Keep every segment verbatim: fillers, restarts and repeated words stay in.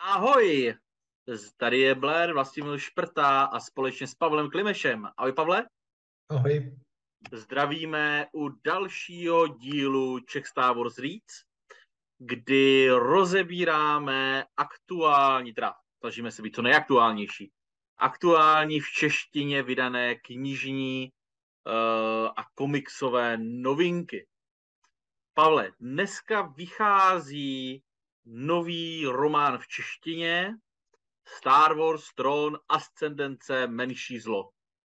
Ahoj, tady je Blair, Vlastimil Šprta a společně s Pavlem Klimešem. Ahoj Pavle. Ahoj. Zdravíme u dalšího dílu Czech Star Wars Reads, kdy rozebíráme aktuální, teda snažíme se být co nejaktuálnější, aktuální v češtině vydané knižní uh, a komiksové novinky. Pavle, dneska vychází nový román v češtině Star Wars, Trón, Ascendence, Menší zlo.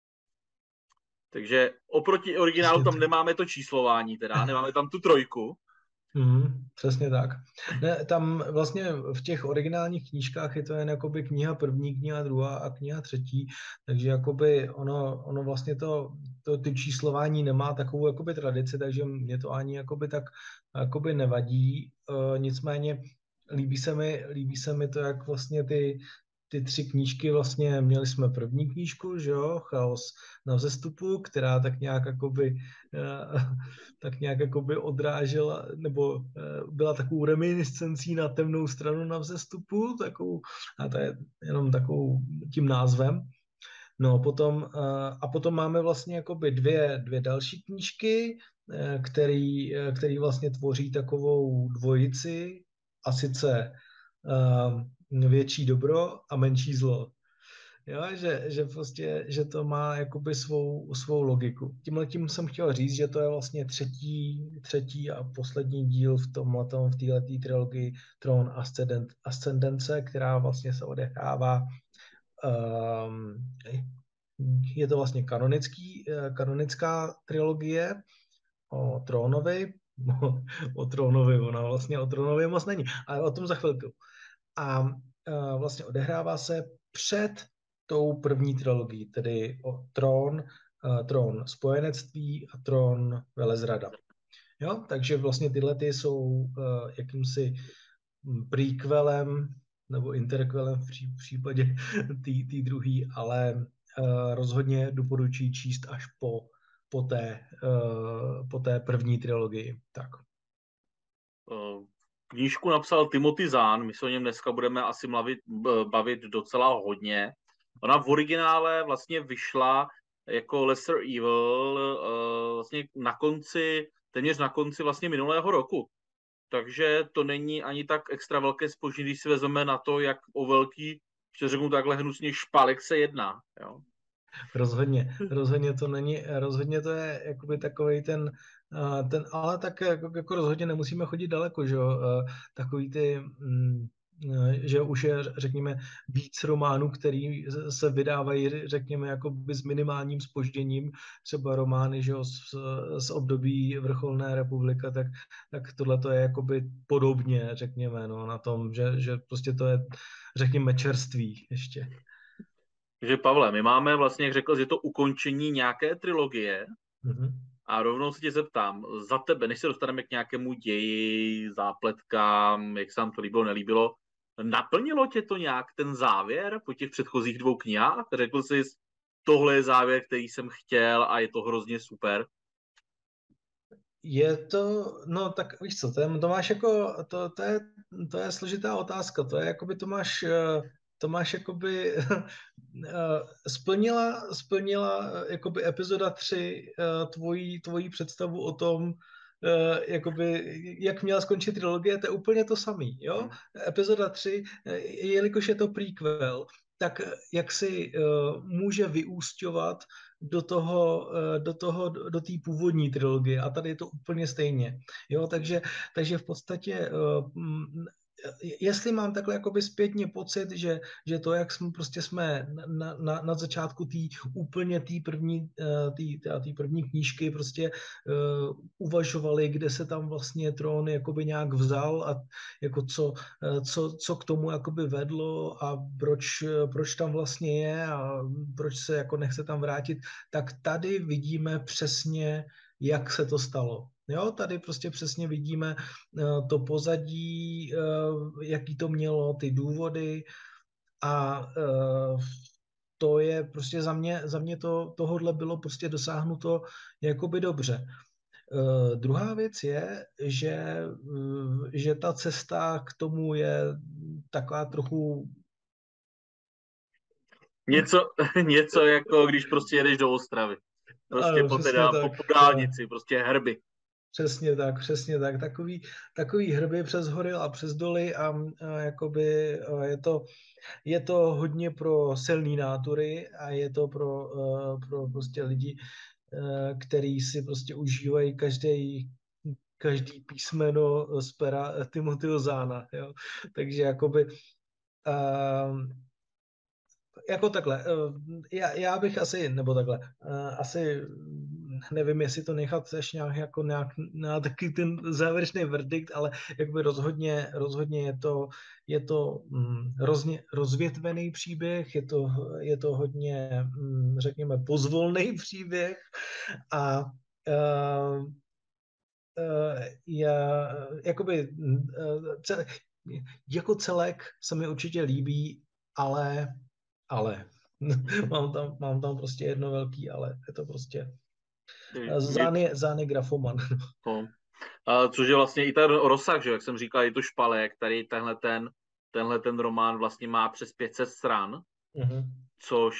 Takže oproti originálu tam nemáme to číslování, teda nemáme tam tu trojku. Mm, přesně tak. Ne, tam vlastně v těch originálních knížkách je to jen jakoby kniha první, kniha druhá a kniha třetí, takže jakoby ono, ono vlastně to, to ty číslování nemá takovou jakoby tradici, takže mě to ani jakoby tak jakoby nevadí. E, nicméně líbí se mi, líbí se mi to, jak vlastně ty ty tři knížky vlastně, měli jsme první knížku, že jo, Chaos na vzestupu, která tak nějak jakoby, tak nějak jakoby odrážela, nebo byla takovou reminiscencí na temnou stranu na vzestupu, takovou, a to je jenom takovou tím názvem. No potom, a potom máme vlastně jakoby dvě, dvě další knížky, který, který vlastně tvoří takovou dvojici, a sice větší dobro a menší zlo. Jo, že, že prostě, že to má jakoby svou, svou logiku. Tímhletím jsem chtěl říct, že to je vlastně třetí, třetí a poslední díl v tomhletom, v této trilogii Tron Ascendent, Ascendence, která vlastně se odehrává. Um, je to vlastně kanonický, kanonická trilogie o Trónovi. O Trónovi, ona vlastně o Trónovi moc není, ale o tom za chvilku. A uh, vlastně odehrává se před tou první trilogií, tedy o Trón, uh, Trón spojenectví a Trón velezrada. Jo? Takže vlastně tyhle ty jsou uh, jakýmsi prequelem nebo interquelem v, pří, v případě té druhé, ale uh, rozhodně doporučuji číst až po, po, té, uh, po té první trilogii. Tak. Knížku napsal Timothy Zahn, my se o něm dneska budeme asi mlavit, bavit docela hodně. Ona v originále vlastně vyšla jako Lesser Evil vlastně na konci, téměř na konci vlastně minulého roku. Takže to není ani tak extra velké zpoždění, když si vezmeme na to, jak o velký, že řeknu takhle hnusně, špalek se jedná. Jo? Rozhodně, rozhodně to není, rozhodně to je jakoby takovej ten, ten ale tak jako, jako rozhodně nemusíme chodit daleko, že jo, takový ty, že už je, řekněme, víc románů, který se vydávají, řekněme, jako by s minimálním zpožděním, třeba romány, že jo, z, z období vrcholné republika, tak, tak tohle to je jakoby podobně, řekněme, no, na tom, že, že prostě to je, řekněme, čerství ještě. Takže Pavle, my máme vlastně, jak řekl, že to ukončení nějaké trilogie mm-hmm. A rovnou se tě zeptám, za tebe, než se dostaneme k nějakému ději, zápletkám, jak se nám to líbilo, nelíbilo, naplnilo tě to nějak ten závěr po těch předchozích dvou knihách? Řekl jsi, tohle je závěr, který jsem chtěl a je to hrozně super? Je to, no tak víš co, to, je, to máš jako, to, to, je, to je složitá otázka, to je jakoby, to máš, to máš jakoby, splnila, splnila jakoby epizoda tři tvojí, tvojí představu o tom, jakoby, jak měla skončit trilogie, to je úplně to samý, jo? Hmm. Epizoda tři, jelikož je to prequel, tak jak si uh, může vyúsťovat do toho, uh, do toho, do té původní trilogie a tady je to úplně stejně. Jo, takže, takže v podstatě uh, jestli mám takhle jakoby zpětně pocit, že, že to, jak jsme prostě jsme na, na, na začátku té úplně té první, té první knížky prostě uh, uvažovali, kde se tam vlastně Trón jakoby nějak vzal a jako co, co, co k tomu jakoby vedlo a proč, proč tam vlastně je a proč se jako nechce tam vrátit, tak tady vidíme přesně, jak se to stalo. Jo, tady prostě přesně vidíme uh, to pozadí, uh, jaký to mělo, ty důvody a uh, to je prostě za mě, za mě to, tohodle bylo prostě dosáhnuto jakoby dobře. Uh, druhá věc je, že, uh, že ta cesta k tomu je taková trochu... Něco, něco jako když prostě jedeš do Ostravy. Prostě Ano, po, přesně teda, po, tak. po dálnici, prostě herby. Přesně tak, přesně tak. Takový, takový hrby přes hory a přes doly a, a jakoby a je to, je to hodně pro silný nátury a je to pro, uh, pro prostě lidi, uh, který si prostě užívají každý každý písmeno z pera Timothyho Zána. Jo? Takže jakoby uh, jako takhle, já, já bych asi, nebo takhle, asi nevím, jestli to nechat až nějak, jako nějak na taky ten závěrečný verdikt, ale jakby rozhodně, rozhodně je to, je to mm, rozně, rozvětvený příběh, je to, je to hodně, mm, řekněme, pozvolný příběh a uh, uh, já, jakoby, uh, celé, jako celek se mi určitě líbí, ale ale mám, tam, mám tam prostě jedno velký, ale je to prostě Mě, zány, zány grafoman. no. A což je vlastně i ten rozsah, že jak jsem říkal, je to špalek, tady tenhle ten, tenhle ten román vlastně má přes pět set stran, Mm-hmm. což,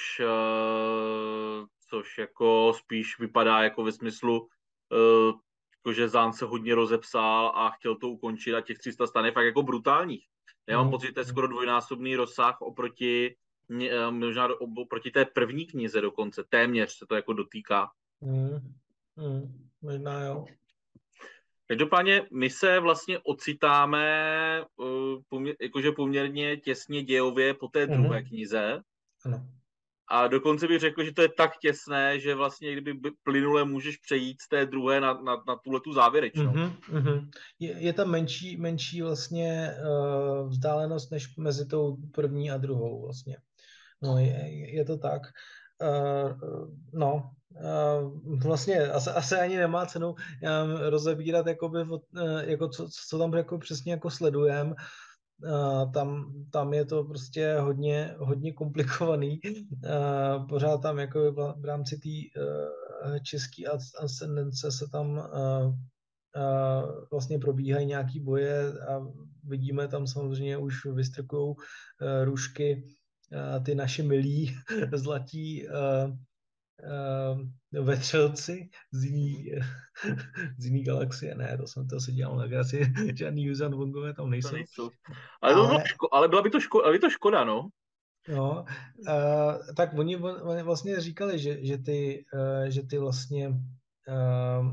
uh, což jako spíš vypadá jako ve smyslu, uh, jako že Zahn se hodně rozepsal a chtěl to ukončit a těch tři sta stran je fakt jako brutálních. Já mám Mm-hmm. pocit, že to je skoro dvojnásobný rozsah oproti, možná oproti té první knize dokonce, téměř se to jako dotýká. Mm-hmm. Možná jo. Každopádně my se vlastně ocitáme uh, poměr, jakože poměrně těsně dějově po té druhé Mm-hmm. knize. Ano. A dokonce bych řekl, že to je tak těsné, že vlastně kdyby plynule můžeš přejít z té druhé na, na, na tuhletu závěrečnou. Mm-hmm. Je, je tam menší, menší vlastně uh, vzdálenost než mezi tou první a druhou vlastně. No, je, je to tak. Uh, no, uh, vlastně asi, asi ani nemá cenu um, rozebírat, jakoby, uh, jako co, co tam jako přesně jako sledujem. Uh, tam, tam je to prostě hodně, hodně komplikovaný. Uh, pořád tam jako v, v rámci té uh, české ascendence se tam uh, uh, vlastně probíhají nějaký boje a vidíme tam samozřejmě už vystrkují uh, růžky uh, ty naše milí zlatí uh, uh, vetřelci z jiný, z jiný galaxie. Ne, to jsem to si dělal na graci, žádný Yuuzhan Vongové tam nejsou. To nejsou. Ale, to Ale, ško- ale byla by to, ško- ale by to škoda, no. no, uh, tak oni, oni vlastně říkali, že, že, ty, uh, že ty vlastně uh,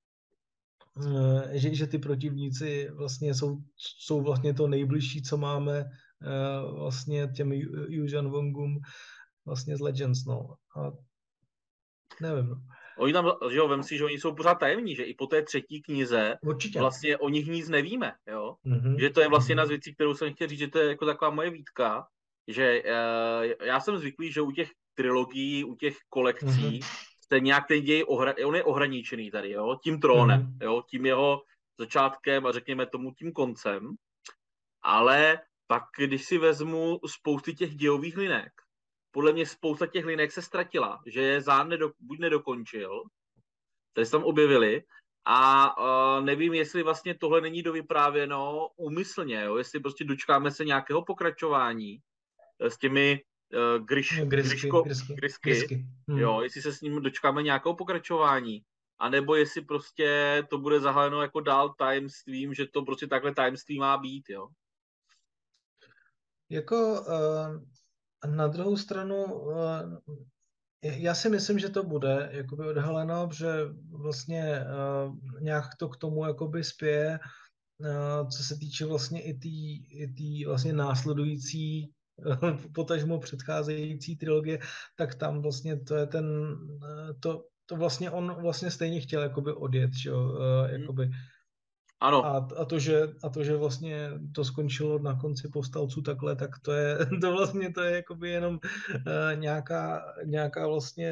že, že ty protivníci vlastně jsou, jsou vlastně to nejbližší, co máme uh, vlastně těm Yuuzhan Vongům vlastně z Legends, no. A nevím, no. Oni tam, že jo, vem si, že oni jsou pořád tajemní, že i po té třetí knize Určitě. vlastně o nich nic nevíme, jo. Mm-hmm. Že to je vlastně jedna z věcí, kterou jsem chtěl říct, že to je jako taková moje výtka, že uh, já jsem zvyklý, že u těch trilogií, u těch kolekcí, mm-hmm. se nějak ten děj, ohra- on je ohraničený tady, jo, tím trónem, mm-hmm. jo, tím jeho začátkem a řekněme tomu tím koncem, ale pak, když si vezmu spousty těch dějových linek, podle mě spousta těch linek se ztratila, že je Zahn nedo, buď nedokončil, které se tam objevily, a uh, nevím, jestli vlastně tohle není dovyprávěno úmyslně, jo? Jestli prostě dočkáme se nějakého pokračování s těmi uh, gryš, Grisky, gryško, grisky, grisky, grisky. Hmm. Jo, jestli se s ním dočkáme nějakého pokračování, anebo jestli prostě to bude zahaleno jako dál tajemstvím, že to prostě takhle tajemství má být, jo. Jako uh, na druhou stranu uh, já si myslím, že to bude jakoby odhaleno, že vlastně uh, nějak to k tomu jakoby spěje, uh, co se týče vlastně i té i tý vlastně následující uh, potažmo předcházející trilogie, tak tam vlastně to je ten, uh, to, to vlastně on vlastně stejně chtěl jakoby odjet, že jo, uh, jakoby Ano. A, a, to, že, a to, že vlastně to skončilo na konci Povstalců takhle, tak to je to vlastně to je jakoby jenom uh, nějaká, nějaká vlastně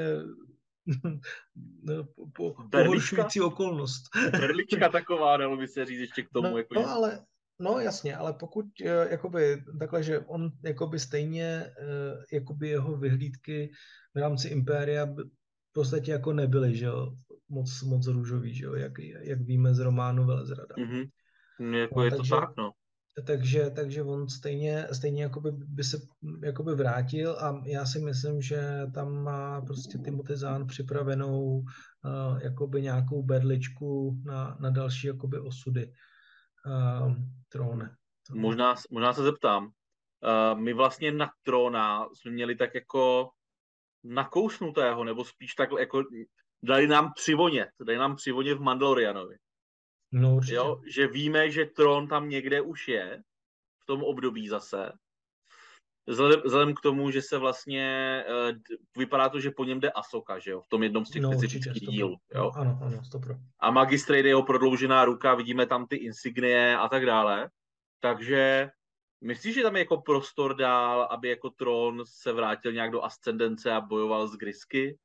po, pohoršující okolnost. Berlička taková, dalo by se říct ještě k tomu. No, jako, no ale no jasně, ale pokud uh, jakoby takhle, že on jakoby stejně uh, jakoby jeho vyhlídky v rámci Impéria v podstatě jako nebyly, že jo, moc, moc růžový, že jo, jak, jak víme z románu Velezrada. Mm-hmm. Jako No, je takže, to tak, no. takže, takže on stejně, stejně jakoby by se jakoby vrátil a já si myslím, že tam má prostě Timothy Zahn připravenou uh, jakoby nějakou berličku na, na další jakoby osudy uh, tróne. Možná, možná se zeptám. Uh, my vlastně na Trona jsme měli tak jako nakousnutého, nebo spíš tak jako dali nám přivonět, dali nám přivonět v Mandalorianovi. No určitě. Jo? Že víme, že Tron tam někde už je, v tom období zase. Vzhledem, vzhledem k tomu, že se vlastně, uh, vypadá to, že po něm jde Ahsoka, že jo, v tom jednom z těch No, specifických dílů. Jo? No, ano, ano, stopro. A Magistrate je jeho prodloužená ruka, vidíme tam ty insignie a tak dále. Takže myslíš, že tam je jako prostor dál, aby jako Tron se vrátil nějak do ascendence a bojoval s Grisky?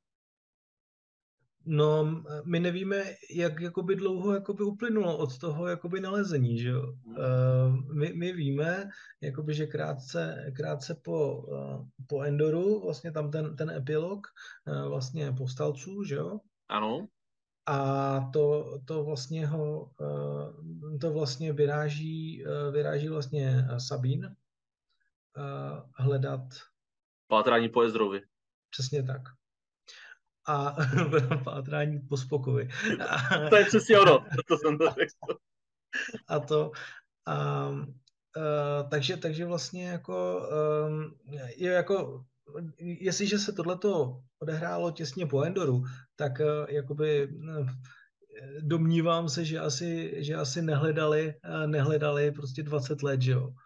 No, my nevíme, jak jakoby dlouho jakoby uplynulo od toho jakoby nalezení, že jo. Uh, my, my víme, jakoby, že krátce, krátce po, uh, po Endoru, vlastně tam ten, ten epilog uh, vlastně povstalců, že jo. Ano. A to, to vlastně ho, uh, to vlastně vyráží, uh, vyráží vlastně Sabine uh, hledat. Pátrání po Ezrovi. Přesně tak. A pátrání po Spokovi. To je přesně ono, to jsem to řekl. A to, a, uh, takže, takže vlastně jako, um, je jako, jestliže se tohleto odehrálo těsně po Endoru, tak uh, jakoby uh, domnívám se, že asi, že asi nehledali, uh, nehledali prostě dvacet let, že jo.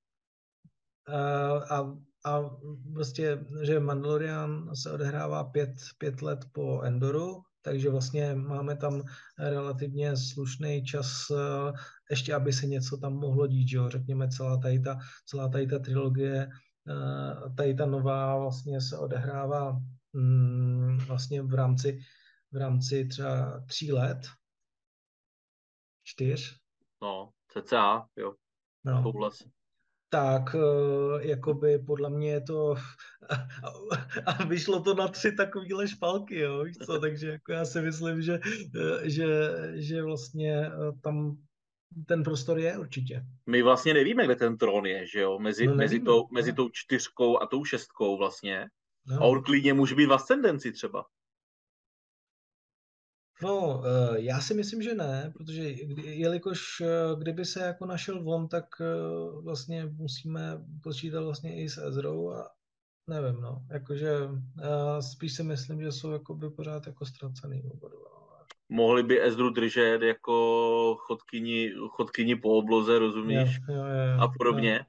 Uh, a, a prostě, že Mandalorian se odehrává pět, pět let po Endoru, takže vlastně máme tam relativně slušný čas, ještě aby se něco tam mohlo dít, že jo? Řekněme celá tady ta, celá tady ta trilogie, tady ta nová vlastně se odehrává mm, vlastně v rámci, v rámci třeba tří let, čtyř. No, cca, jo, no. souhlas. Tak jakoby podle mě je to a vyšlo to na tři takovýhle špalky, jo, víš co, takže jako já si myslím, že, že, že vlastně tam ten prostor je určitě. My vlastně nevíme, kde ten Tron je, že jo, mezi, No mezi, nevíme, tou, mezi no. tou čtyřkou a tou šestkou vlastně. No. A on klidně může být v ascendenci třeba. No, já si myslím, že ne, protože jelikož kdyby se jako našel on, tak vlastně musíme počítat vlastně i s Ezrou a nevím, no, jakože spíš si myslím, že jsou jakoby pořád jako ztracený oba dva. Mohli by Ezru držet jako chodkyni, chodkyni po obloze, rozumíš? Jo, jo, jo, a podobně. Jo.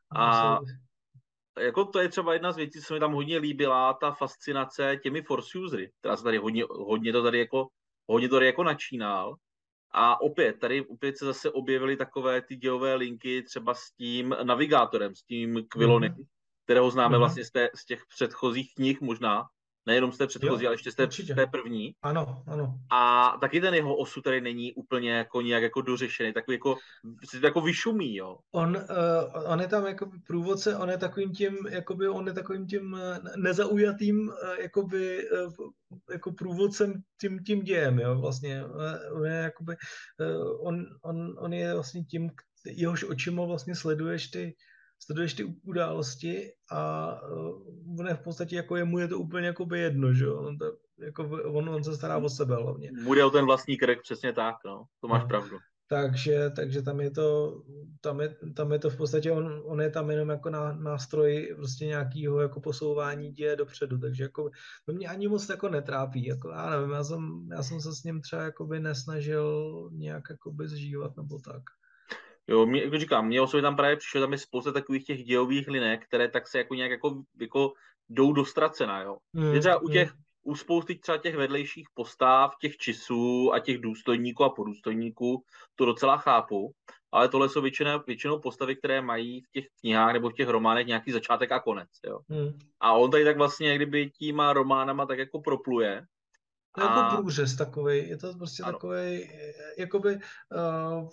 A jako to je třeba jedna z věcí, co mi tam hodně líbila, ta fascinace těmi force usery, která se tady hodně, hodně to tady jako, hodně to tady jako načínal. A opět, tady opět se zase objevily takové ty dějové linky třeba s tím navigátorem, s tím Quilonem, mm-hmm. kterého známe mm-hmm. vlastně z, té, z těch předchozích knih možná, nejenom z té předchozí, jo, ale ještě z té, z té první. Ano, ano. A taky ten jeho osud tady není úplně jako nějak jako dořešený, takový jako, jako vyšumí, jo. On, uh, on je tam jako průvodce, on je takovým tím, jakoby on je takovým tím nezaujatým uh, jakoby, uh, jako průvodcem tím, tím dějem, jo, vlastně. Uh, on je jakoby, uh, on, on, on je vlastně tím, jehož očima vlastně sleduješ ty sleduješ ty události a uh, on je v podstatě jako jemu je to úplně jakoby jedno, že jo. On, to, jako, on, on se stará o sebe hlavně. Bude o ten vlastní krk, přesně tak, no. To máš no. pravdu. Takže, takže tam je to, tam je, tam je to v podstatě, on, on je tam jenom jako na, nástroj prostě nějakého jako posouvání děje dopředu, takže jako to mě ani moc jako netrápí, jako já nevím, já jsem, já jsem se s ním třeba jakoby nesnažil nějak jakoby zžívat nebo tak. Jo, mě, jako říkám, mně osobně tam právě přišlo, tam je spousta takových těch dějových linek, které tak se jako nějak jako, jako jdou do ztracena, jo. Mm, je třeba u těch, mm. u spousty třeba těch vedlejších postav, těch čisů a těch důstojníků a podůstojníků, to docela chápu, ale tohle jsou většinou, většinou postavy, které mají v těch knihách nebo v těch románech nějaký začátek a konec, jo. Mm. A on tady tak vlastně, kdyby tíma románama tak jako propluje. To je a... jako průřez takovej, je to prostě ano. Takovej, jakoby... Uh...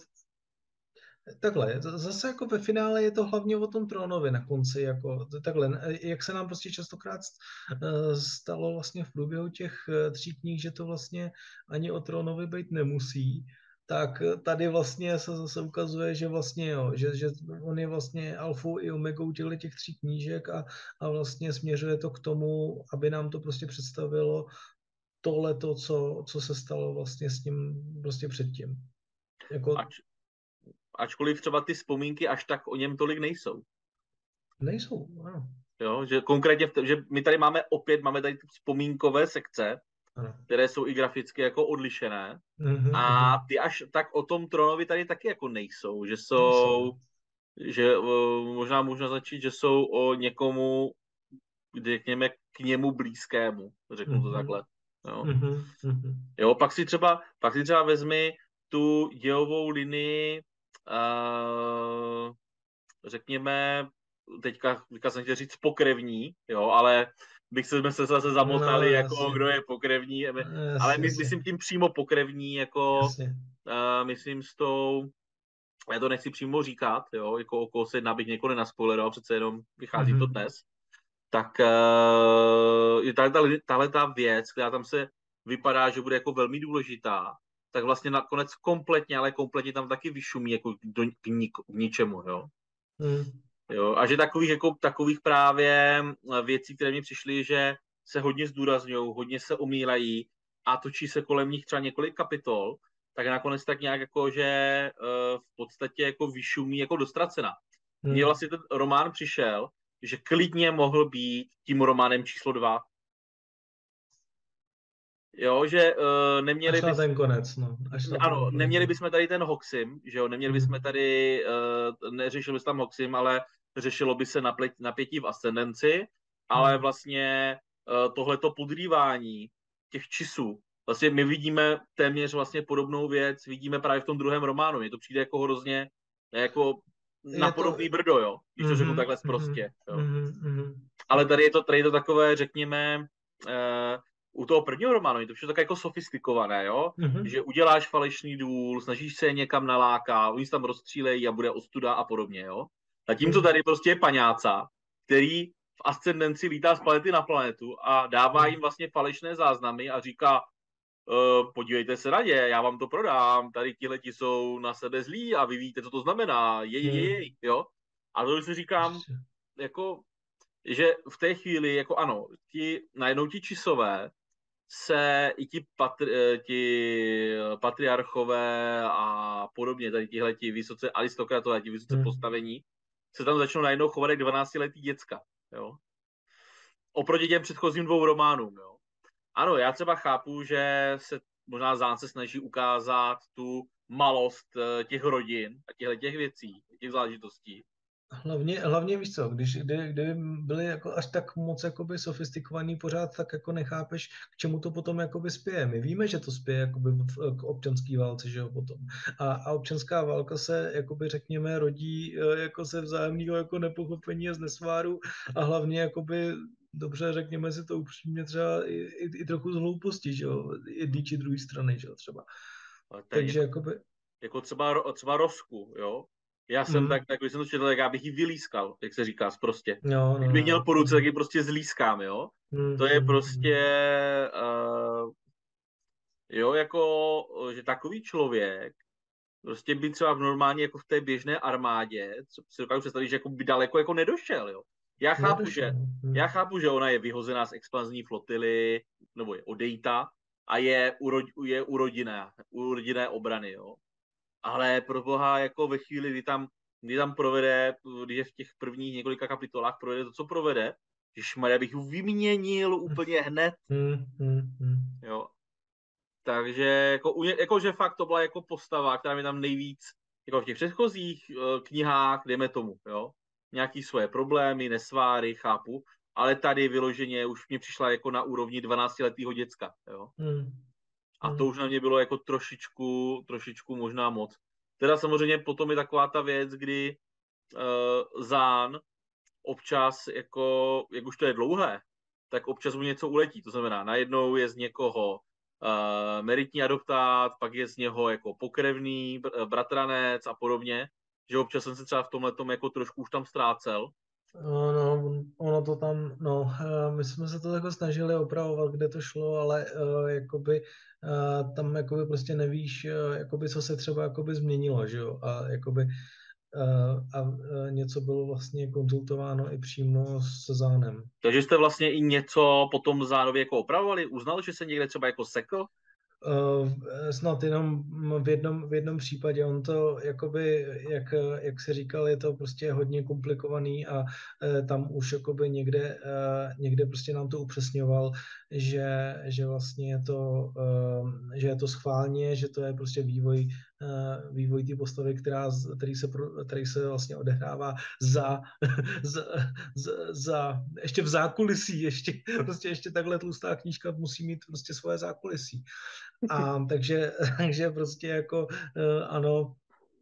Takhle, zase jako ve finále je to hlavně o tom Trónovi na konci, jako takhle, jak se nám prostě častokrát stalo vlastně v průběhu těch tří knih, že to vlastně ani o Trónovi být nemusí tak tady vlastně se zase ukazuje, že vlastně jo, že, že on je vlastně alfou i omegou těchto těch tří knížek a, a vlastně směřuje to k tomu, aby nám to prostě představilo tohleto, co, co se stalo vlastně s tím prostě předtím. Jako... Ač, ačkoliv třeba ty vzpomínky až tak o něm tolik nejsou. Nejsou, ano. Jo, že konkrétně, že my tady máme opět, máme tady vzpomínkové sekce, ano. Které jsou i graficky jako odlišené. Mm-hmm. A ty až tak o tom Tronovi tady taky jako nejsou, že jsou, nejsou. Že uh, možná možná začít, že jsou o někomu, řekněme, k němu blízkému, řeknu mm-hmm. to takhle. Jo. Mm-hmm. Jo, pak si třeba, pak si třeba vezmi tu dějovou linii, uh, řekněme, teďka, teďka jsem chtěl říct pokrevní, jo, ale bych se, jsme se zase zamotali, no, jako jasně. Kdo je pokrevní, jasně, ale my, myslím tím přímo pokrevní, jako uh, myslím s tou, já to nechci přímo říkat, jo, jako o koho se jedná, bych někoho nenaspoileroval, přece jenom vychází mm-hmm. to dnes, tak uh, je tahle, tahle ta věc, která tam se vypadá, že bude jako velmi důležitá, tak vlastně nakonec kompletně, ale kompletně tam taky vyšumí jako do, k, nik, k ničemu, jo. Mm. Jo, a že takových, jako, takových právě věcí, které mi přišly, že se hodně zdůrazňují, hodně se omílají a točí se kolem nich třeba několik kapitol, tak nakonec tak nějak jako, že uh, v podstatě jako vyšumí jako dostracena. Hmm. Mně vlastně ten román přišel, že klidně mohl být tím románem číslo dva. Jo, že uh, neměli až na ten konec, no. Až na ano, ten neměli bychom tady ten Hoxim, že jo, neměli bychom tady, uh, neřešili bychom tam Hoxim, ale řešilo by se napětí v ascendenci, ale hmm. vlastně uh, tohleto podrývání těch čisů, vlastně my vidíme téměř vlastně podobnou věc, vidíme právě v tom druhém románu, mně to přijde jako hrozně, jako na podobný to... brdo, jo, když to mm-hmm, řeknu takhle prostě, jo. Mm-hmm. Ale tady je to, tady je to takové, řekněme, uh, u toho prvního románu je to všechno tak jako sofistikované, jo? Mm-hmm. Že uděláš falešný důl, snažíš se je někam nalákat, oni se tam rozstřílejí a bude ostuda a podobně, jo? Zatímco tady prostě je paňáca, který v ascendenci lítá z planety na planetu a dává jim vlastně falešné záznamy a říká, e, podívejte se na ně, já vám to prodám, tady tihleti jsou na sebe zlí a vy víte, co to znamená, jej, jej, jej, jo? A to si říkám, jako, že v té chvíli, jako ano, ti, najednou ti čisové se i ti, patri, ti patriarchové a podobně, tady tihleti vysoce aristokratové, ti vysoce hmm. postavení, se tam začnou najednou chovat jak dvanáctiletý děcka, jo. Oproti těm předchozím dvou románům, jo. Ano, já třeba chápu, že se možná Zahn se snaží ukázat tu malost těch rodin a těchto těch věcí, těch záležitostí. Hlavně, hlavně víš co, když kdy, kdy byli jako až tak moc jakoby sofistikovaný pořád, tak jako nechápeš, k čemu to potom jakoby spěje. My víme, že to spěje jakoby k občanské válce, že jo, potom. A, a občanská válka se, jakoby řekněme, rodí jako se vzájemného jako nepochopení a z nesváru a hlavně jakoby dobře, řekněme si to upřímně, třeba i, i, i trochu z hlouposti, že jo, jedný či druhý strany, že jo, třeba. Takže jako, jakoby... Jako třeba, třeba Rosku, jo. Já jsem mm. tak, tak když jsem to četl, tak já bych ji vylískal, jak se říká, prostě. No, no, Kdybych měl po ruce, tak ji prostě zlískám, jo. Mm. To je prostě, uh, jo, jako, že takový člověk prostě by třeba v normálně jako v té běžné armádě, co si dokážu představit, že jako by daleko jako nedošel, jo. Já chápu, nedošel. že, já chápu, že ona je vyhozená z expanzní flotily, nebo je odejta a je u, ro, je u rodinné, u rodinné obrany, jo. Ale pro boha, jako ve chvíli, kdy tam, kdy tam provede, když je v těch prvních několika kapitolách provede to, co provede, ježmarja, bych ji vyměnil úplně hned. Hmm, hmm, hmm. Jo. Takže, jako, jako, že fakt to byla jako postava, která mi tam nejvíc, jako v těch předchozích uh, knihách, dejme tomu, jo. Nějaký svoje problémy, nesváry, chápu, ale tady vyloženě už mě přišla jako na úrovni dvanáctiletého děcka, jo. Hmm. A to už na mě bylo jako trošičku, trošičku možná moc. Teda samozřejmě potom je taková ta věc, kdy uh, Zahn občas, jako, jak už to je dlouhé, tak občas mu něco uletí. To znamená, najednou je z někoho uh, meritní adoptát, pak je z něho jako pokrevný bratranec a podobně. Že občas jsem se třeba v tomhletom jako trošku už tam ztrácel. No, ono to tam, no, my jsme se to jako snažili opravovat, kde to šlo, ale uh, jakoby uh, tam jakoby prostě nevíš, uh, jakoby co se třeba jakoby změnilo, že jo, a jakoby uh, a uh, něco bylo vlastně konzultováno i přímo se Zánem. Takže jste vlastně i něco potom zároveň jako opravovali? Uznal, že se někde třeba jako sekl? Uh, snad jenom v jednom, v jednom případě. On to, jakoby, jak, jak se říkal, je to prostě hodně komplikovaný a uh, tam už jakoby někde, uh, někde prostě nám to upřesňoval, že, že vlastně je to, uh, že je to schválně, že to je prostě vývoj, uh, vývoj té postavy, která, který, se, který se vlastně odehrává za, za, za, za, ještě v zákulisí, ještě, prostě ještě takhle tlustá knížka musí mít prostě svoje zákulisí. A takže, takže prostě jako uh, ano,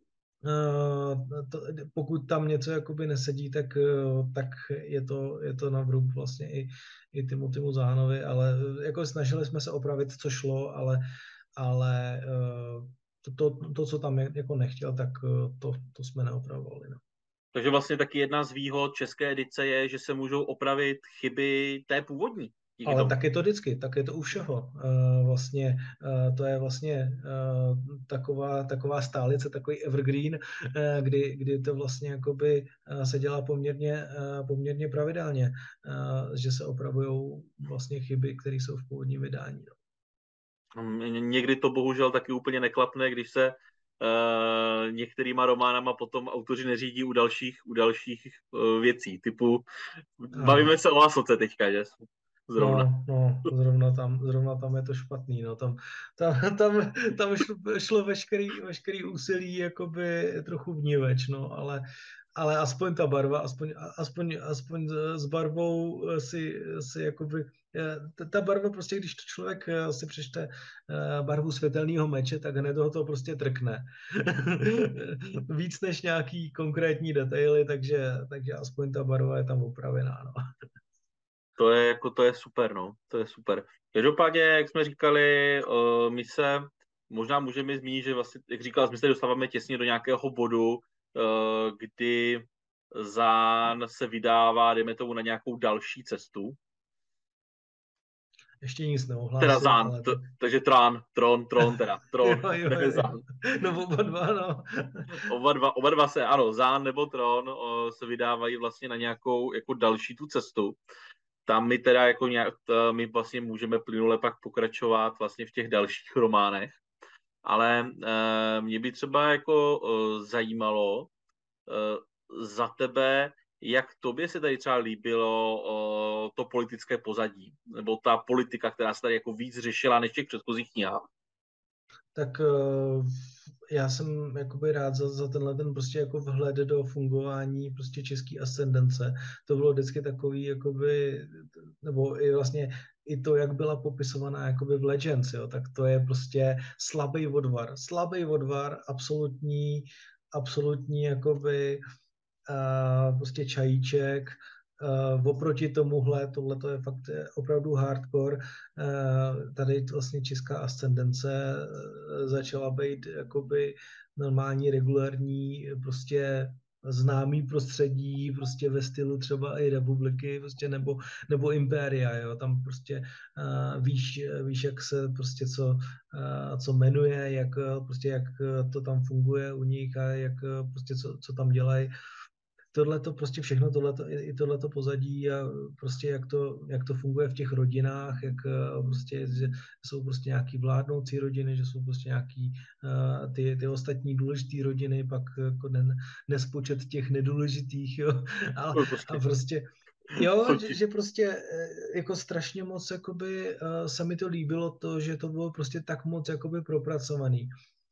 uh, to, pokud tam něco jakoby nesedí, tak, uh, tak je to, je to na vrub vlastně i, i Timothymu Zánovi, ale jako snažili jsme se opravit, co šlo, ale, ale uh, to, to, to, co tam jako nechtěl, tak uh, to, to jsme neopravovali. No. Takže vlastně taky jedna z výhod české edice je, že se můžou opravit chyby té původní. Ale tomu. tak je to vždycky, tak je to u všeho. Uh, vlastně uh, to je vlastně uh, taková, taková stálice, takový evergreen, uh, kdy, kdy to vlastně jakoby uh, se dělá poměrně, uh, poměrně pravidelně, uh, že se opravují vlastně chyby, které jsou v původním vydání. No. Někdy to bohužel taky úplně neklapne, když se uh, některýma románama potom autoři neřídí u dalších, u dalších uh, věcí, typu Ano. bavíme se o Asoce teďka, že? Zrovna. No, no, zrovna tam, zrovna tam je to špatný, no, tam, tam, tam, tam šlo, šlo veškerý, veškerý úsilí jakoby trochu vníveč, no, ale, ale aspoň ta barva, aspoň, aspoň, aspoň s barvou si, si jakoby, ta barva prostě, když to člověk si přečte barvu světelného meče, tak hned toho to prostě trkne. Víc než nějaký konkrétní detaily, takže, takže aspoň ta barva je tam upravená, no. To je, jako, to je super, no. To je super. Každopádně, jak jsme říkali, uh, my se možná můžeme zmínit, že vlastně, jak říkal, my se dostáváme těsně do nějakého bodu, uh, kdy Zán se vydává, dejme tomu, na nějakou další cestu. Ještě nic neohlásil. Teda Zán, ale t- takže Trán, Tron, Tron, teda, Tron, jo, jo, ne jo. Zán. No oba dva, no. oba, dva, oba dva se, ano, Zán nebo Tron o, se vydávají vlastně na nějakou jako další tu cestu. Tam my teda jako nějak, my vlastně můžeme plynule pak pokračovat vlastně v těch dalších románech. Ale e, mě by třeba jako e, zajímalo e, za tebe, jak tobě se tady třeba líbilo o, to politické pozadí, nebo ta politika, která se tady jako víc řešila než v těch předchozích knihách. Tak uh, já jsem jakoby rád za, za tenhle ten prostě jako vhled do fungování prostě české ascendence. To bylo vždycky takový jakoby, nebo i vlastně i to, jak byla popisovaná jakoby v Legends, jo, tak to je prostě slabý odvar. Slabý odvar, absolutní, absolutní jakoby uh, prostě čajíček. Uh, oproti tomuhle, tohle to je fakt opravdu hardcore. Uh, tady vlastně česká ascendence uh, začala být jakoby normální, regulární, prostě známý prostředí, prostě ve stylu třeba i republiky, prostě nebo, nebo impéria, jo, tam prostě uh, víš, víš, jak se prostě co, uh, co jmenuje, jak prostě jak to tam funguje u nich a jak prostě co, co tam dělají. Tohle to prostě všechno, tohleto, i tohleto pozadí a prostě jak to, jak to funguje v těch rodinách, jak prostě že jsou prostě nějaký vládnoucí rodiny, že jsou prostě nějaký uh, ty, ty ostatní důležité rodiny, pak jako ne, nespočet těch nedůležitých, jo, a, a prostě jo, že, že prostě jako strašně moc jakoby, uh, se mi to líbilo to, že to bylo prostě tak moc jakoby propracovaný.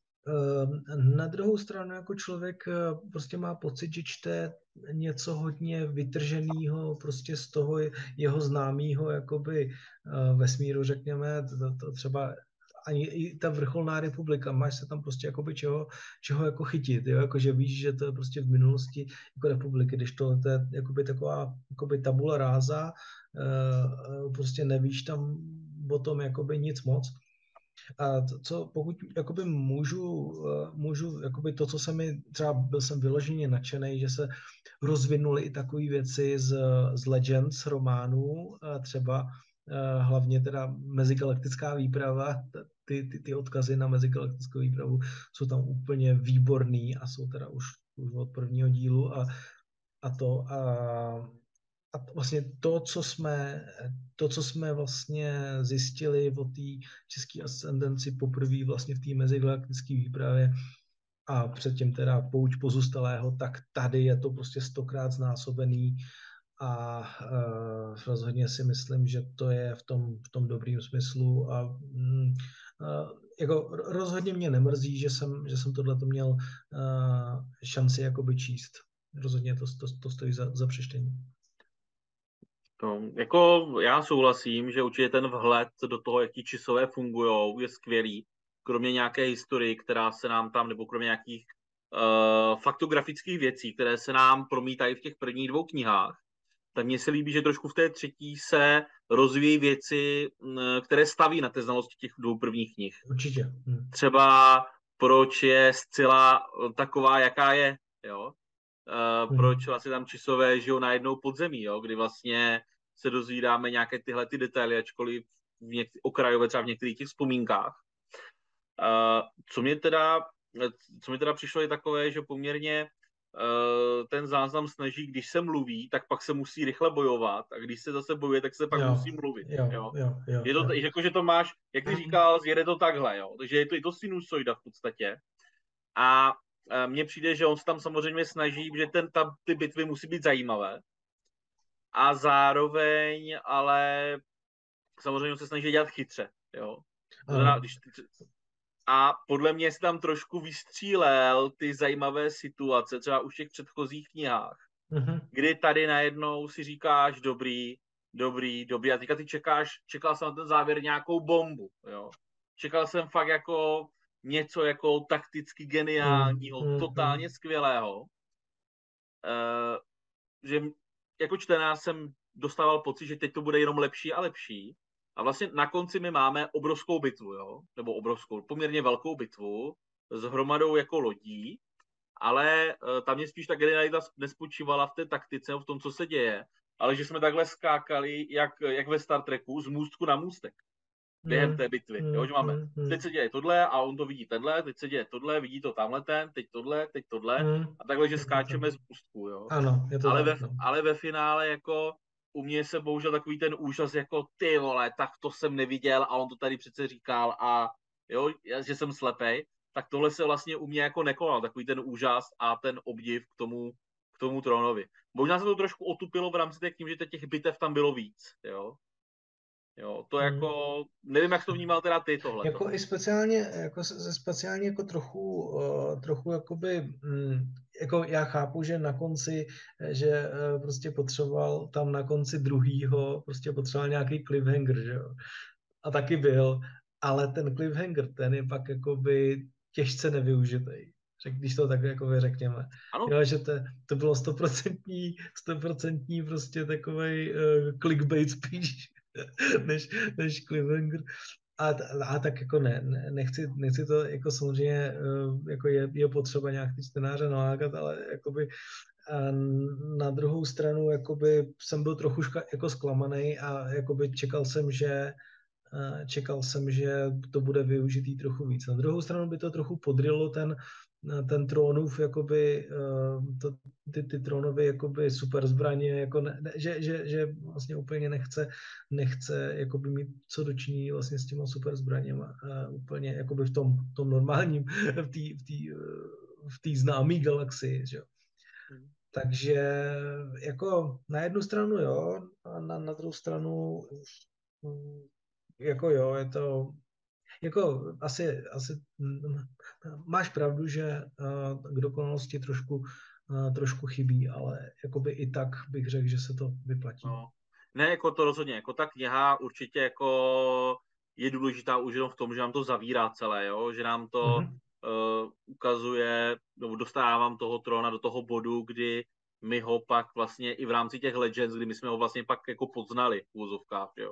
Na druhou stranu jako člověk prostě má pocit, že čte něco hodně vytrženého prostě z toho jeho známého jakoby vesmíru, řekněme, to, to třeba ani i ta vrcholná republika, máš se tam prostě jakoby čeho, čeho jako chytit, jo? Jako, že víš, že to je prostě v minulosti jako republiky, když to, to je jakoby taková jakoby tabula ráza, prostě nevíš tam o tom jakoby nic moc. A to, co pokud jakoby můžu, můžu jakoby to, co se mi, třeba byl jsem vyloženě nadšený, že se rozvinuly i takové věci z, z Legends románů, třeba hlavně teda mezigalaktická výprava, ty, ty, ty odkazy na mezigalaktickou výpravu jsou tam úplně výborný a jsou teda už, už od prvního dílu a, a to a a vlastně to, co jsme, to, co jsme vlastně zjistili o té české ascendenci poprvé vlastně v té mezigalaktické výpravě a předtím teda pouč pozůstalého, tak tady je to prostě stokrát znásobený a uh, rozhodně si myslím, že to je v tom, v tom dobrým smyslu a mm, uh, jako rozhodně mě nemrzí, že jsem, že jsem tohleto měl uh, šanci jakoby číst. Rozhodně to, to, to stojí za, za přečtení. No, jako já souhlasím, že určitě ten vhled do toho, jak ti časové fungují, je skvělý. Kromě nějaké historie, která se nám tam, nebo kromě nějakých uh, faktografických věcí, které se nám promítají v těch prvních dvou knihách, tak mně se líbí, že trošku v té třetí se rozvíjí věci, které staví na té znalosti těch dvou prvních knih. Určitě. Hmm. Třeba proč je Scylla taková, jaká je, jo? Uh, proč vlastně tam časové žijou najednou pod zemí, jo? Kdy vlastně se dozvídáme nějaké tyhle ty detaily, ačkoliv v něk- okrajové třeba v některých těch vzpomínkách. Uh, co mě teda, co mě teda přišlo je takové, že poměrně uh, ten záznam snaží, když se mluví, tak pak se musí rychle bojovat a když se zase bojuje, tak se pak jo, musí mluvit. Jo, jo? Jo, jo, je to, jo. jako, že to máš, jak ty říkal, jede to takhle, jo? Takže je to, je to sinusoida v podstatě. A mně přijde, že on se tam samozřejmě snaží, že ten, ta, ty bitvy musí být zajímavé. A zároveň, ale samozřejmě on se snaží dělat chytře. Jo? Znamená, když ty, a podle mě si tam trošku vystřílel ty zajímavé situace, třeba už v těch předchozích knihách, mm-hmm. kdy tady najednou si říkáš dobrý, dobrý, dobrý a teďka ty čekáš, čekal jsem na ten závěr nějakou bombu. Jo? Čekal jsem fakt jako něco jako takticky geniálního, mm, totálně mm. skvělého. Uh, že jako čtenář jsem dostával pocit, že teď to bude jenom lepší a lepší. A vlastně na konci my máme obrovskou bitvu, jo? Nebo obrovskou, poměrně velkou bitvu s hromadou jako lodí, ale uh, tam mě spíš ta genialita nespočívala v té taktice, v tom, co se děje, ale že jsme takhle skákali, jak, jak ve Star Treku, z můstku na můstek. Během té bitvy, mm, jo, že máme, mm, teď se děje tohle a on to vidí tenhle, teď se děje tohle, vidí to tamhle ten, teď tohle, teď tohle mm, a takhle, že skáčeme z můstku, jo. Ano, je to ale, tak, ve, no. ale ve finále jako u mě se bohužel takový ten úžas jako ty vole, tak to jsem neviděl a on to tady přece říkal a jo, že jsem slepej, tak tohle se vlastně u mě jako nekonal, takový ten úžas a ten obdiv k tomu, k tomu Trónovi. Možná se to trošku otupilo v rámci těch tím, že těch bitev tam bylo víc, jo. Jo, to jako, nevím, jak to vnímal teda ty tohle. Jako i speciálně, jako speciálně jako trochu, uh, trochu jakoby, mm, jako já chápu, že na konci, že uh, prostě potřeboval tam na konci druhýho, prostě potřeboval nějaký cliffhanger, že jo. A taky byl, ale ten cliffhanger, ten je pak jakoby těžce nevyužitý. Když to tak jako řekněme. Jo, že to, to bylo stoprocentní, stoprocentní prostě takovej uh, clickbait spíš, než, než cliffhanger. A, a tak jako ne, ne, nechci, nechci to jako samozřejmě, uh, jako je, je potřeba nějak ty čtenáře nalákat, ale jakoby a na druhou stranu jakoby jsem byl trochu ška, jako zklamaný a jakoby čekal jsem, že čekal jsem, že to bude využitý trochu víc. Na druhou stranu by to trochu podrylo ten, ten Trónův, jakoby, to, ty, ty Trónovy jakoby super zbraně, jako ne, že, že, že vlastně úplně nechce, nechce jakoby mít co dočiní vlastně s těma super zbraněma. Úplně jakoby v tom, tom normálním, v té v tý, v tý známé galaxii, že jo. Hmm. Takže jako na jednu stranu jo, a na, na druhou stranu jako jo, je to, jako asi, asi máš pravdu, že uh, k dokonalosti trošku, uh, trošku chybí, ale jakoby i tak bych řekl, že se to vyplatí. No. Ne, jako to rozhodně, jako ta kniha určitě jako je důležitá už jenom v tom, že nám to zavírá celé, jo? Že nám to mm-hmm. uh, ukazuje, nebo dostávám toho Tróna do toho bodu, kdy my ho pak vlastně i v rámci těch Legends, kdy my jsme ho vlastně pak jako poznali v úvozovkách, jo.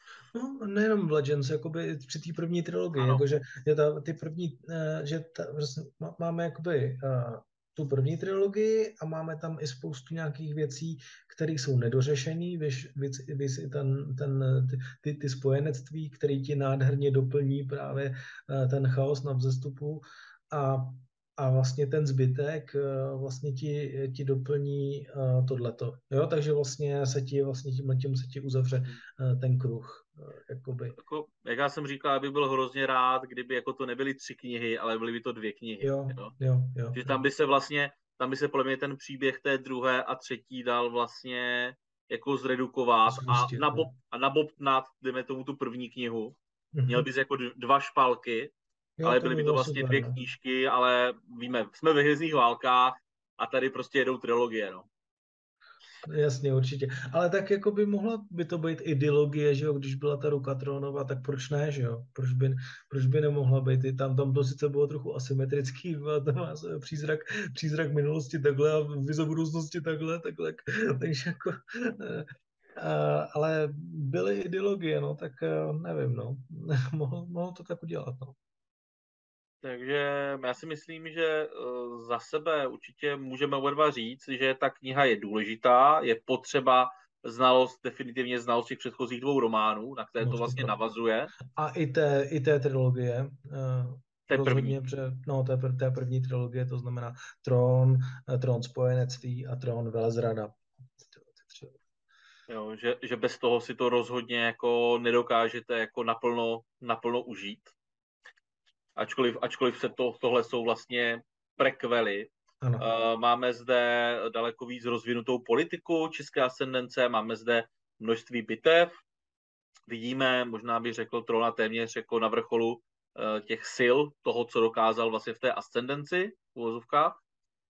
No, nejenom v Legends, jakoby při té první trilogii, Ano. jakože je ta, ty první, uh, že ta, vlastně máme jakoby uh, tu první trilogii a máme tam i spoustu nějakých věcí, které jsou nedořešené, víš, víc, víc i ten, ten, ty, ty spojenectví, které ti nádherně doplní právě uh, ten chaos na vzestupu a a vlastně ten zbytek vlastně ti, ti doplní tohleto. Jo, takže vlastně se ti vlastně tímhle tím se ti uzavře ten kruh. Jakoby. Jako, jak já jsem říkal, já bych byl hrozně rád, kdyby jako to nebyly tři knihy, ale byly by to dvě knihy. Jo, jo? jo, jo. Že jo. tam by se vlastně, tam by se podle mě ten příběh té druhé a třetí dal vlastně jako zredukovat a, Zhustit, nabob, no. a nabobtnat, dejme tomu tu první knihu. Měl Mhm. bys jako dva špalky, Jo, ale to byly by by to bylo vlastně super, dvě no. knížky, ale víme, jsme ve hvězdných válkách a tady prostě jedou trilogie, no. Jasně, určitě. Ale tak jako by mohla by to být ideologie, že jo, když byla ta ruka Trónova, tak proč ne, že jo? Proč by, proč by nemohla být? I tam, tam to sice bylo trochu asymetrický, tam má přízrak, přízrak minulosti takhle a vize budoucnosti takhle, takhle, takže jako, a, ale byly ideologie, no, tak nevím, no. Mohl, mohl to tak udělat, no. Takže já si myslím, že za sebe určitě můžeme oba dva říct, že ta kniha je důležitá, je potřeba znalost, definitivně znalost těch předchozích dvou románů, na které No, to vlastně stopro. navazuje. A i té, i té trilogie, uh, Té rozhodně, první. že, no, té, té první trilogie, to znamená Trón, Trón spojenectví a Trón Velezrada. Jo, že, že bez toho si to rozhodně jako nedokážete jako naplno, naplno užít. Ačkoliv, ačkoliv se to, tohle jsou vlastně prequely. Ano. Uh, máme zde daleko víc rozvinutou politiku české ascendence, máme zde množství bitev. Vidíme, možná bych řekl, Trona téměř jako na vrcholu uh, těch sil, toho, co dokázal vlastně v té ascendenci v uvozovkách.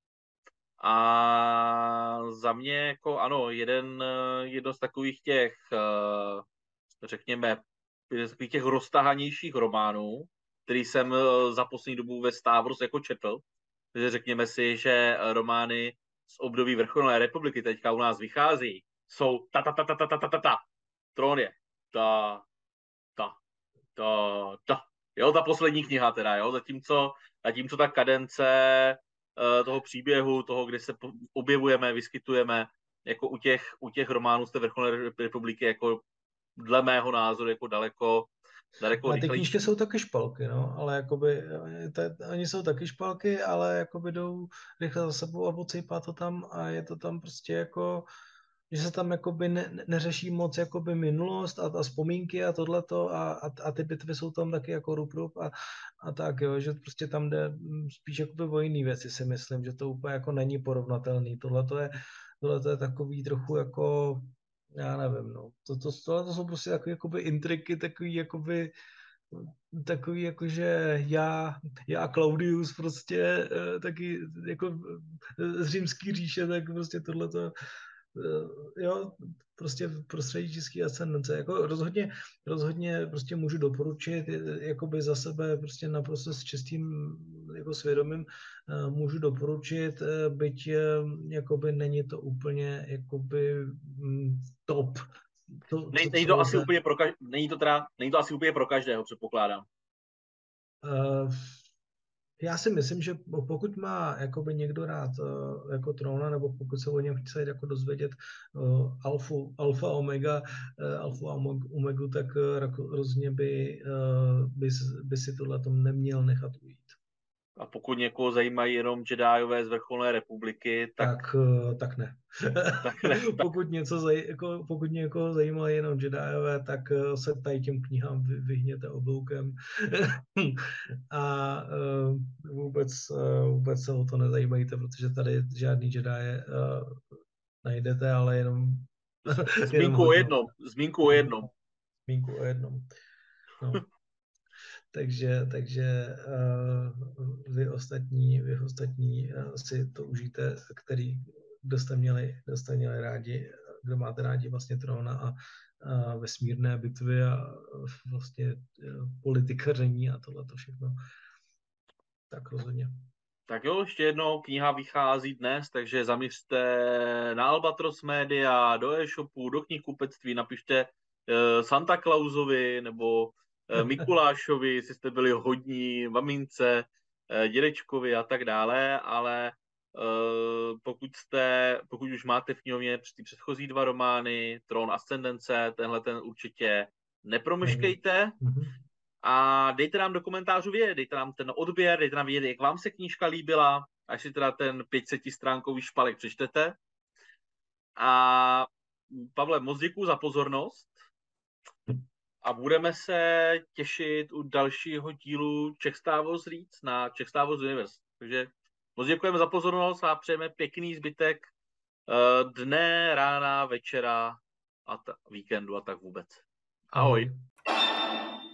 A za mě jako ano, jeden, jedno z takových těch, uh, řekněme, takových těch roztahanějších románů, který jsem za poslední dobu ve Star Wars jako četl. Takže řekněme si, že romány z období vrcholné republiky teďka u nás vychází, jsou ta ta ta ta ta ta ta ta ta. Trón je ta ta ta ta. Jo, ta poslední kniha teda, jo, zatímco, zatímco ta kadence uh, toho příběhu, toho, kde se objevujeme, vyskytujeme, jako u těch, u těch románů z té vrcholné republiky, jako dle mého názoru, jako daleko daleko Ale ty knížky rychlejší. jsou taky špalky, no, ale jakoby, te, oni jsou taky špalky, ale jakoby jdou rychle za sebou a ocejpá to tam a je to tam prostě jako, že se tam jakoby ne, neřeší moc jakoby minulost a, a vzpomínky a tohleto a, a, a ty bitvy jsou tam taky jako rup, rup a, a tak, jo, že prostě tam jde spíš jakoby o jiný věci, si myslím, že to úplně jako není porovnatelný. Tohleto je, tohleto je takový trochu jako, já nevím, no. To, to, tohle to jsou prostě takové jakoby intriky, takový jakoby takový jakože já, já Claudius prostě taky jako z římský říše, tak prostě tohleto jo, prostě v prostředí české ascendence. Jako rozhodně, rozhodně prostě můžu doporučit, jakoby za sebe prostě naprosto s čistým jako svědomím můžu doporučit, byť jakoby není to úplně jakoby top. To, Nej, co, není, co to je asi úplně pro kaž, není, to teda, není to asi úplně pro každého, předpokládám. Uh, já si myslím, že pokud má jakoby někdo rád uh, jako Trona, nebo pokud se o něm chce jako dozvědět uh, alfu, alfa omega, uh, alfa omega, tak uh, rozhodně by, uh, by, by si tohle tom neměl nechat ujít. A pokud někoho zajímají jenom Jediové z vrcholné republiky, tak, tak, uh, tak ne. tak ne. Tak. pokud, něco zaj, jako, pokud někoho zajímá jenom Jediové, tak uh, se tady těm knihám vy, vyhněte obloukem. a uh, vůbec, uh, vůbec se o to nezajímejte, protože tady žádný Jedi uh, najdete, ale jenom, Zmínku jenom o hodně. jednom. Zmínku o jednom. Zmínku o jednom. No. takže takže uh, vy ostatní, vy ostatní uh, si to užijte, který, kdo jste měli, kdo jste měli rádi, kdo máte rádi vlastně Trona a, a vesmírné bitvy a vlastně politikaření a tohle to všechno. Tak rozhodně. Tak jo, ještě jednou, kniha vychází dnes, takže zaměřte na Albatros Media, do e-shopu, do knihkupectví, napište Santa Clausovi nebo Mikulášovi, jestli jste byli hodní, mamince, dědečkovi a tak dále, ale pokud jste, pokud už máte v knihovně ty předchozí dva romány, Trón ascendence, tenhle ten určitě nepromeškejte. A dejte nám do komentářů vědět, dejte nám ten odběr, dejte nám vědět, jak vám se knížka líbila, až si teda ten pětsetstránkový špalek přečtete. A Pavle, moc děkuju za pozornost a budeme se těšit u dalšího dílu Czech Star Wars Reads na Czech Star Wars Universe. Takže moc děkujeme za pozornost a přejeme pěkný zbytek dne, rána, večera a ta, víkendu a tak vůbec. Ahoj.